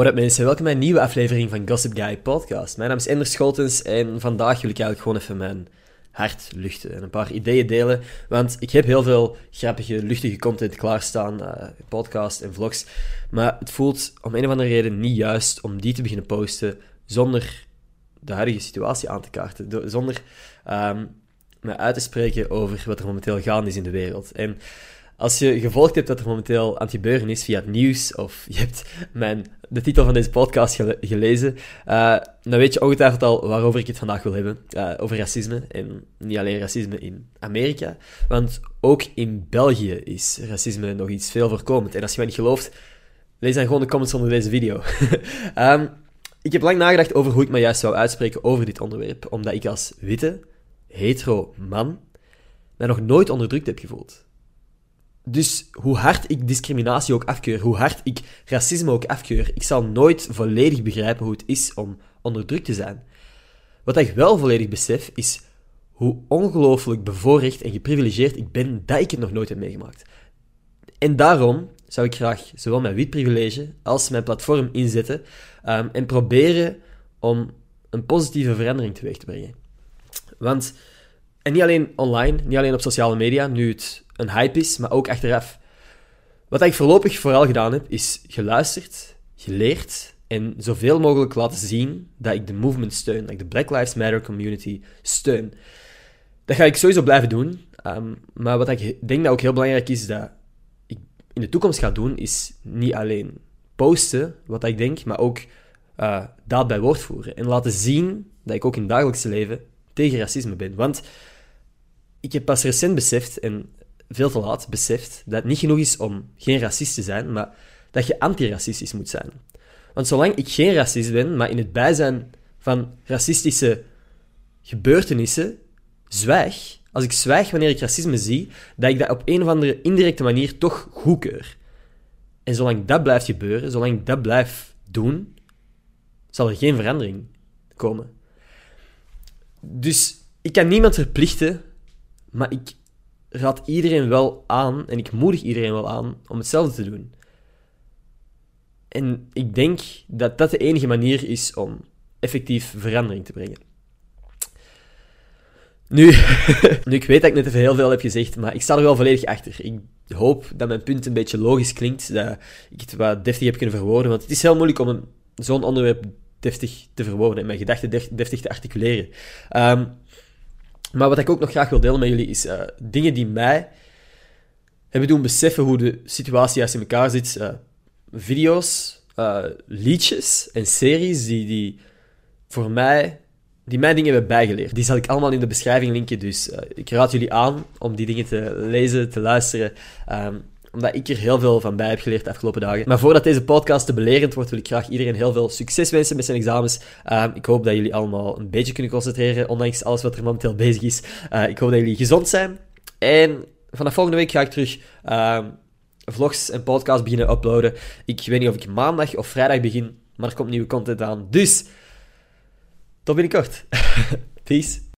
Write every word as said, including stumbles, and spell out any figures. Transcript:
What up mensen, welkom bij een nieuwe aflevering van Gossip Guy Podcast. Mijn naam is Ender Scholtens en vandaag wil ik eigenlijk gewoon even mijn hart luchten en een paar ideeën delen. Want ik heb heel veel grappige, luchtige content klaarstaan, uh, podcasts en vlogs. Maar het voelt om een of andere reden niet juist om die te beginnen posten zonder de huidige situatie aan te kaarten. Do- zonder um, me uit te spreken over wat er momenteel gaande is in de wereld. En als je gevolgd hebt wat er momenteel aan het gebeuren is via het nieuws, of je hebt mijn, de titel van deze podcast gele- gelezen, uh, dan weet je ongetwijfeld al waarover ik het vandaag wil hebben. Uh, over racisme. En niet alleen racisme in Amerika, want ook in België is racisme nog iets veel voorkomend. En als je mij niet gelooft, lees dan gewoon de comments onder deze video. um, ik heb lang nagedacht over hoe ik me juist zou uitspreken over dit onderwerp, omdat ik als witte, hetero man mij nog nooit onderdrukt heb gevoeld. Dus hoe hard ik discriminatie ook afkeur, hoe hard ik racisme ook afkeur, ik zal nooit volledig begrijpen hoe het is om onderdrukt te zijn. Wat ik wel volledig besef, is hoe ongelooflijk bevoorrecht en geprivilegeerd ik ben dat ik het nog nooit heb meegemaakt. En daarom zou ik graag zowel mijn wit privilege als mijn platform inzetten um, en proberen om een positieve verandering teweeg te brengen. Want, en niet alleen online, niet alleen op sociale media, nu het een hype is, maar ook achteraf. Wat ik voorlopig vooral gedaan heb, is geluisterd, geleerd en zoveel mogelijk laten zien dat ik de movement steun, dat ik de Black Lives Matter community steun. Dat ga ik sowieso blijven doen, um, maar wat ik denk dat ook heel belangrijk is, dat ik in de toekomst ga doen, is niet alleen posten wat ik denk, maar ook uh, daad bij woord voeren. En laten zien dat ik ook in het dagelijkse leven tegen racisme ben. Want ik heb pas recent beseft, en veel te laat beseft, dat het niet genoeg is om geen racist te zijn, maar dat je antiracistisch moet zijn. Want zolang ik geen racist ben, maar in het bijzijn van racistische gebeurtenissen zwijg, als ik zwijg wanneer ik racisme zie, dat ik dat op een of andere indirecte manier toch goedkeur. En zolang dat blijft gebeuren, zolang ik dat blijf doen, zal er geen verandering komen. Dus ik kan niemand verplichten, maar ik raad iedereen wel aan, en ik moedig iedereen wel aan, om hetzelfde te doen. En ik denk dat dat de enige manier is om effectief verandering te brengen. Nu, nu ik weet dat ik net even heel veel heb gezegd, maar ik sta er wel volledig achter. Ik hoop dat mijn punt een beetje logisch klinkt, dat ik het wat deftig heb kunnen verwoorden, want het is heel moeilijk om een, zo'n onderwerp deftig te verwoorden en mijn gedachten def, deftig te articuleren. Um, Maar wat ik ook nog graag wil delen met jullie is uh, dingen die mij hebben doen beseffen hoe de situatie juist in elkaar zit. Uh, video's, uh, liedjes en series die, die voor mij, die mij dingen hebben bijgeleerd. Die zal ik allemaal in de beschrijving linken, dus uh, ik raad jullie aan om die dingen te lezen, te luisteren. Um, omdat ik er heel veel van bij heb geleerd de afgelopen dagen. Maar voordat deze podcast te belerend wordt, wil ik graag iedereen heel veel succes wensen met zijn examens. Uh, ik hoop dat jullie allemaal een beetje kunnen concentreren, ondanks alles wat er momenteel bezig is. Uh, ik hoop dat jullie gezond zijn. En vanaf volgende week ga ik terug uh, vlogs en podcasts beginnen uploaden. Ik weet niet of ik maandag of vrijdag begin, maar er komt nieuwe content aan. Dus, tot binnenkort. Peace.